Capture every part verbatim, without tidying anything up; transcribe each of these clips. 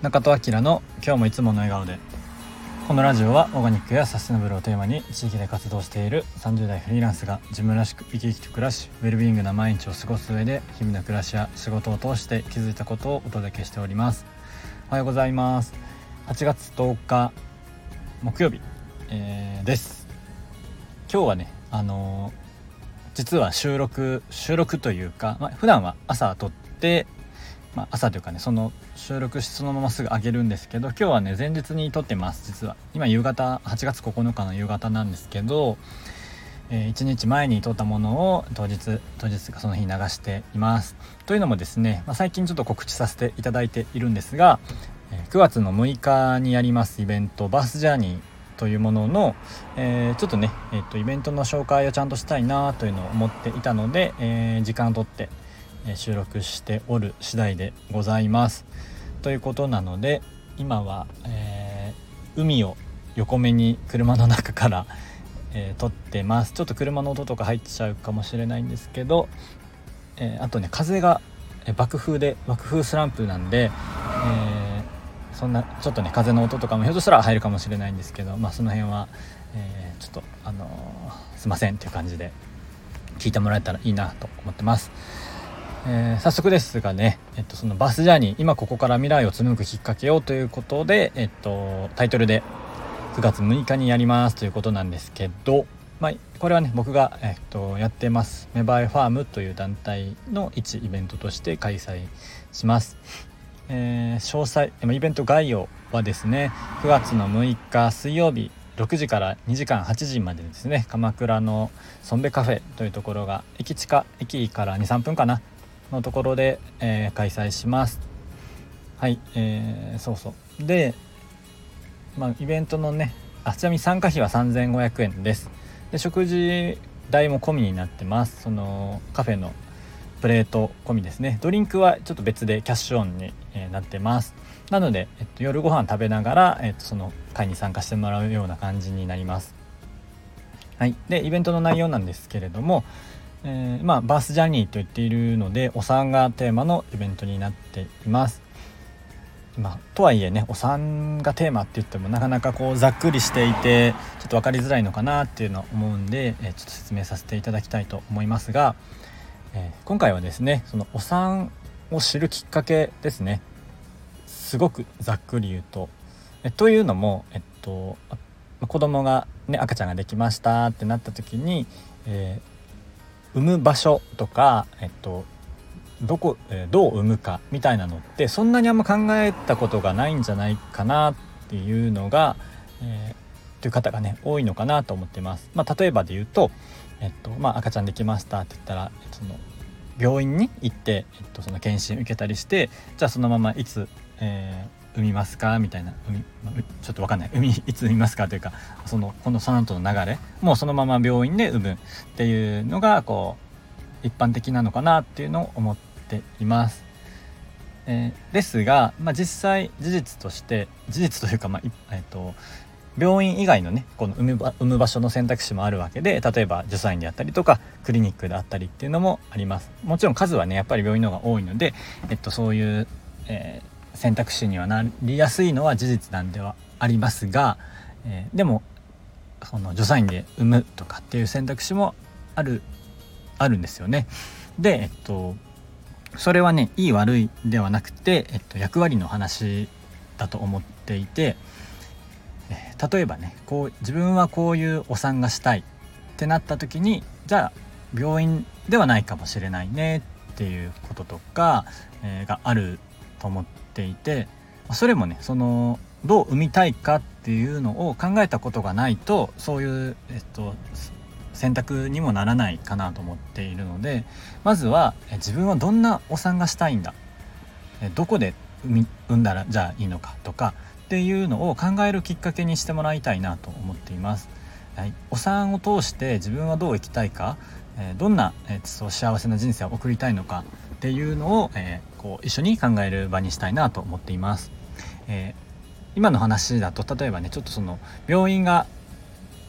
中戸明の今日もいつもの笑顔で。このラジオはオーガニックやサステナブルをテーマに地域で活動しているさんじゅう代フリーランスが自分らしく生き生きと暮らし、ウェルビーイングな毎日を過ごす上で日々の暮らしや仕事を通して気づいたことをお届けしております。おはようございます。はちがつとおか木曜日、えー、です。今日はねあのー、実は収録収録というか、まあ、普段は朝撮ってまあ、朝というかねその収録してそのまますぐ上げるんですけど、今日はね前日に撮ってます。実は今夕方はちがつここのかの夕方なんですけど、えー、いちにちまえに撮ったものを当日当日がその日に流しています。というのもですね、まあ、最近ちょっと告知させていただいているんですが、えー、くがつのむいかにやりますイベントバースジャーニーというものの、えー、ちょっとね、えー、とイベントの紹介をちゃんとしたいなというのを思っていたので、えー、時間をとって収録しておる次第でございますということなので、今は、えー、海を横目に車の中から、えー、撮ってます。ちょっと車の音とか入っちゃうかもしれないんですけど、えー、あとね風が、えー、爆風で爆風スランプなんで、えー、そんなちょっとね風の音とかもひょっとしたら入るかもしれないんですけど、まあその辺は、えー、ちょっとあのー、すいませんっていう感じで聞いてもらえたらいいなと思ってます。えー、早速ですがね、えっと、そのバスジャーニー今ここから未来を紡ぐきっかけをということで、えっと、タイトルでくがつむいかにやりますということなんですけど、まあ、これはね僕が、えっと、やってますメバイファームという団体の一イベントとして開催します。えー、詳細イベント概要はですね、くがつのむいか水曜日ろくじからにじかんはちじまでですね、鎌倉のソンベカフェというところが駅近駅から にさんぷんかなのところで、えー、開催します。はい、えー、そうそうで、まあ、イベントのねあちなみに参加費はさんぜんごひゃくえんです。で食事代も込みになってます。そのカフェのプレート込みですね。ドリンクはちょっと別でキャッシュオンに、えー、なってます。なので、えっと、夜ご飯食べながら、えっと、その会に参加してもらうような感じになります。はい、でイベントの内容なんですけれども、えーまあ、バースジャーニーと言っているのでお産がテーマのイベントになっています。まあ、とはいえねお産がテーマって言ってもなかなかこうざっくりしていてちょっと分かりづらいのかなっていうのは思うんで、えー、ちょっと説明させていただきたいと思いますが、えー、今回はですねそのお産を知るきっかけですね。すごくざっくり言うと、えというのも、えっと、子供がね赤ちゃんができましたってなった時に、えー産む場所とか、えっと、どこ、えー、どう産むかみたいなのってそんなにあんま考えたことがないんじゃないかなっていうのが、えー、という方がね多いのかなと思ってます。まあ、例えばで言うと、えっとまあ、赤ちゃんできましたって言ったら、えっと、その病院に行って、えっと、その検診受けたりして、じゃあそのままいつ、えー産みますかみたいな、産みちょっと分かんない産みいつ産みますかというか、そのこのその後の流れもうそのまま病院で産むっていうのがこう一般的なのかなっていうのを思っています。えー、ですが、まあ、実際事実として事実というか、まあえー、と病院以外のねこの産む、産む場所の選択肢もあるわけで、例えば助産院であったりとかクリニックであったりっていうのもあります。もちろん数はねやっぱり病院の方が多いので、えっと、そういう、えー選択肢にはなりやすいのは事実なんではありますが、えー、でもその助産院で産むとかっていう選択肢もあるあるんですよね。で、えっと、それはねいい悪いではなくて、えっと、役割の話だと思っていて、えー、例えばねこう自分はこういうお産がしたいってなった時に、じゃあ病院ではないかもしれないねっていうこととか、えー、があると思ってていて、それもねそのどう産みたいかっていうのを考えたことがないとそういう、えっと、選択にもならないかなと思っているので、まずは自分はどんなお産がしたいんだ、どこで産み産んだらじゃあいいのかとかっていうのを考えるきっかけにしてもらいたいなと思っています。はい、お産を通して自分はどう生きたいか、どんな、えっと、幸せな人生を送りたいのかっていうのを、えー、こう一緒に考える場にしたいなと思っています。えー、今の話だと例えばねちょっとその病院が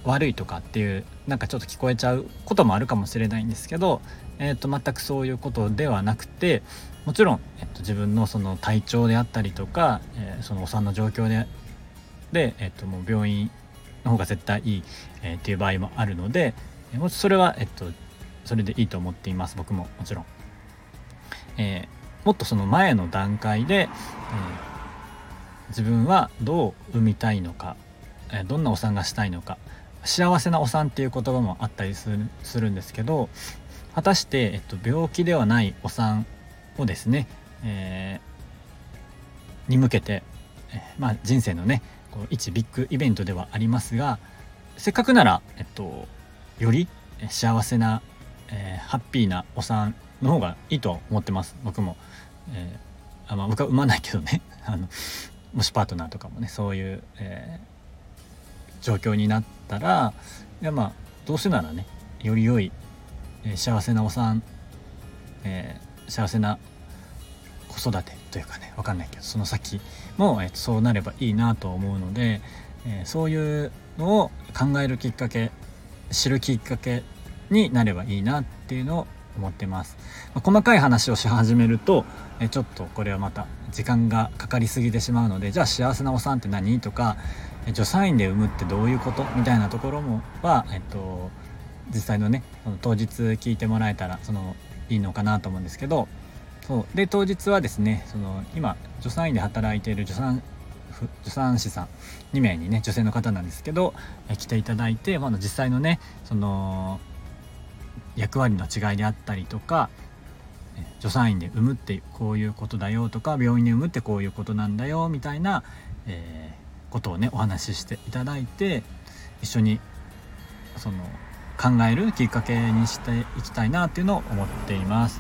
悪いとかっていうなんかちょっと聞こえちゃうこともあるかもしれないんですけど、えー、と全くそういうことではなくて、もちろん、えー、と自分のその体調であったりとか、えー、そのお産の状況でで、えー、ともう病院の方が絶対いい、えー、っていう場合もあるので、えー、それは、えー、とそれでいいと思っています。僕ももちろん、えー、もっとその前の段階で、えー、自分はどう産みたいのか、えー、どんなお産がしたいのか、幸せなお産っていう言葉もあったりする、するんですけど、果たして、えっと、病気ではないお産をですね、えー、に向けて、えーまあ、人生のねこう一ビッグイベントではありますが、せっかくなら、えっと、より幸せな、えー、ハッピーなお産の方がいいと思ってます。僕も、えーあまあ、僕は産まないけどねあのもしパートナーとかもねそういう、えー状況になったら、いやまあどうせならねより良い、えー、幸せなお産、えー、幸せな子育てというかね、分かんないけどその先も、えー、そうなればいいなと思うので、えー、そういうのを考えるきっかけ、知るきっかけになればいいなっていうのを思ってます。まあ、細かい話をし始めると、えー、ちょっとこれはまた時間がかかりすぎてしまうので、じゃあ幸せなお産って何とか、助産院で産むってどういうことみたいなところもは、えっと、実際のねその当日聞いてもらえたらそのいいのかなと思うんですけど、そうで当日はですね、その今助産院で働いている助産助産師さんにめいにね、女性の方なんですけど、え来ていただいて、まだ実際のねその役割の違いであったりとか、助産院で産むってこういうことだよとか、病院で産むってこういうことなんだよみたいな、えーことをねお話ししていただいて、一緒にその考えるきっかけにしていきたいなっていうのを思っています。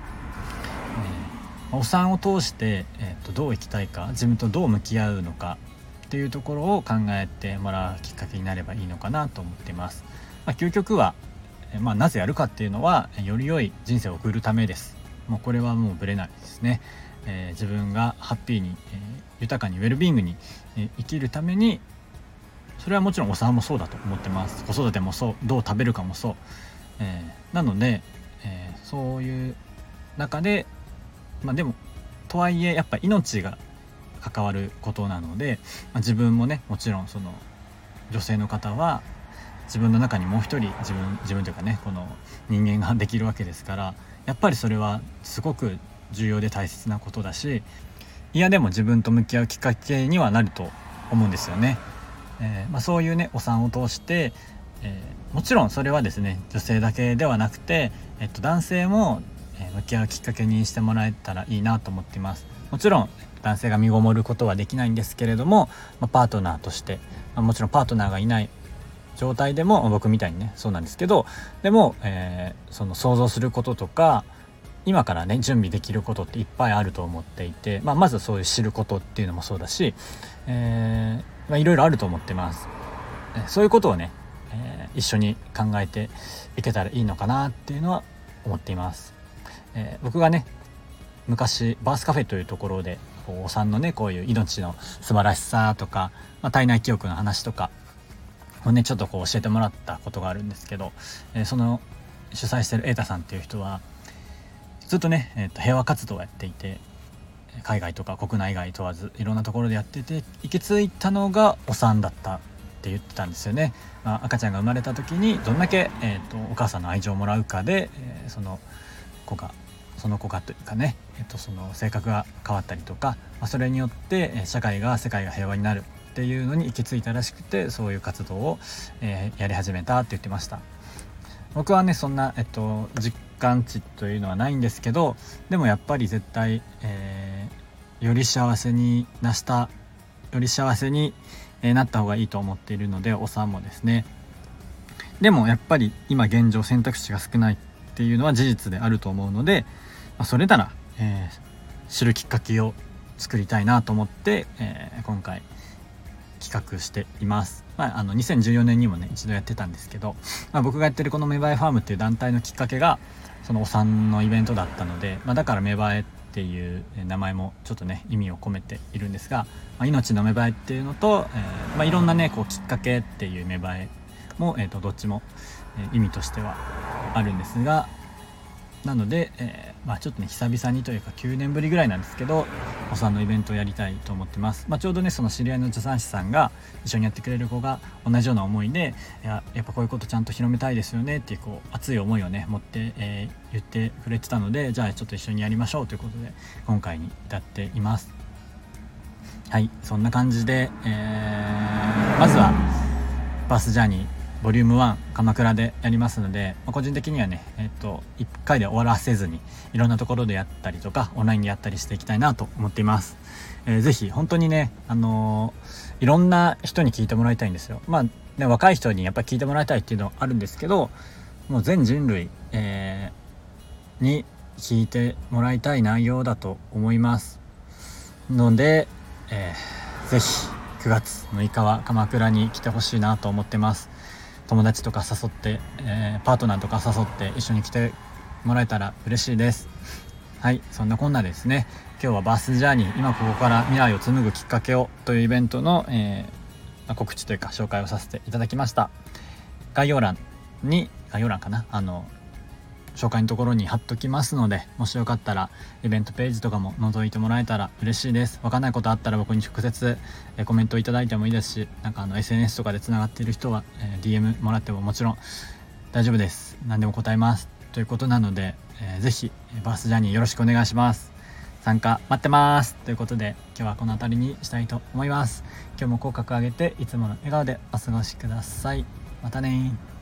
えー、お産を通して、えー、とどう生きたいか、自分とどう向き合うのかっていうところを考えてもらうきっかけになればいいのかなと思っています。まあ、究極は、えーまあ、なぜやるかっていうのはより良い人生を送るためです。もうこれはもうブレないですね。えー、自分がハッピーに、えー、豊かにウェルビーイングに、えー、生きるために、それはもちろんお産もそうだと思ってます。子育てもそう、どう食べるかもそう、えー、なので、えー、そういう中で、まあでもとはいえやっぱ命が関わることなので、まあ、自分もねもちろんその女性の方は自分の中にもう一人自分自分というかねこの人間ができるわけですから、やっぱりそれはすごく重要で大切なことだし、いやでも自分と向き合うきっかけにはなると思うんですよね。えーまあ、そういうねお産を通して、えー、もちろんそれはですね女性だけではなくて、えっと、男性も向き合うきっかけにしてもらえたらいいなと思っています。もちろん男性が身ごもることはできないんですけれども、まあ、パートナーとして、まあ、もちろんパートナーがいない状態でも僕みたいにねそうなんですけど、でも、えー、その想像することとか今からね準備できることっていっぱいあると思っていて、まあ、まずそういう知ることっていうのもそうだし、えーまあ、いろいろあると思ってます。そういうことをね、えー、一緒に考えていけたらいいのかなっていうのは思っています。えー、僕がね昔バースカフェというところでこうお産のねこういう命の素晴らしさとか、まあ、体内記憶の話とかをねちょっとこう教えてもらったことがあるんですけど、えー、その主催してる瑛太さんっていう人はずっとね、えー、と平和活動をやっていて、海外とか国内外問わずいろんなところでやってて行き着いたのがお産だったって言ってたんですよね。まあ、赤ちゃんが生まれた時にどんだけ、えー、とお母さんの愛情をもらうかで、えー、その子がその子がというかね、えー、とその性格が変わったりとか、まあ、それによって社会が世界が平和になるっていうのに行き着いたらしくて、そういう活動を、えー、やり始めたって言ってました。僕はねそんな、えっと、実感値というのはないんですけど、でもやっぱり絶対、えー、より幸せになしたより幸せになった方がいいと思っているので、お産もですね。でもやっぱり今現状選択肢が少ないっていうのは事実であると思うので、まあ、それなら、えー、知るきっかけを作りたいなと思って、えー、今回企画しています。まあ、あのにせんじゅうよねんにもね一度やってたんですけど、まあ、僕がやってるこの芽生えファームっていう団体のきっかけがそのお産のイベントだったので、まあ、だから芽生えっていう名前もちょっとね意味を込めているんですが、まあ、命の芽生えっていうのと、えーまあ、いろんなねこうきっかけっていう芽生えも、えー、とどっちも、えー意味としてはあるんですが、なので、えーまあ、ちょっとね久々にというかきゅうねんぶりぐらいなんですけど、お産のイベントをやりたいと思ってます。まあ、ちょうどねその知り合いの助産師さんが一緒にやってくれる子が同じような思いで、いややっぱこういうことちゃんと広めたいですよねっていうこう熱い思いをね持って、えー言ってくれてたので、じゃあちょっと一緒にやりましょうということで今回に至っています。はい、そんな感じで、えーまずはバースジャーニーボリュームワン鎌倉でやりますので、まあ、個人的にはね、えっと、いっかいで終わらせずにいろんなところでやったりとかオンラインでやったりしていきたいなと思っています。えー、ぜひ本当にね、あのーいろんな人に聞いてもらいたいんですよ。まあね、若い人にやっぱり聞いてもらいたいっていうのはあるんですけど、もう全人類、えーに聞いてもらいたい内容だと思いますので、えーぜひくがつむいかは鎌倉に来てほしいなと思ってます。友達とか誘って、えーパートナーとか誘って一緒に来てもらえたら嬉しいです。はい、そんなこんなですね、今日はバースジャーニー今ここから未来を紡ぐきっかけをというイベントの、えー告知というか紹介をさせていただきました。概要欄に概要欄かなあの紹介のところに貼っときますので、もしよかったらイベントページとかも覗いてもらえたら嬉しいです。わかんないことあったら僕に直接えコメントいただいてもいいですし、なんかあの エスエヌエス とかでつながっている人は、えー ディーエム もらってももちろん大丈夫です。何でも答えますということなので、えーぜひバースジャーニーよろしくお願いします。参加待ってますということで、今日はこの辺りにしたいと思います。今日も口角上げていつもの笑顔でお過ごしください。またね。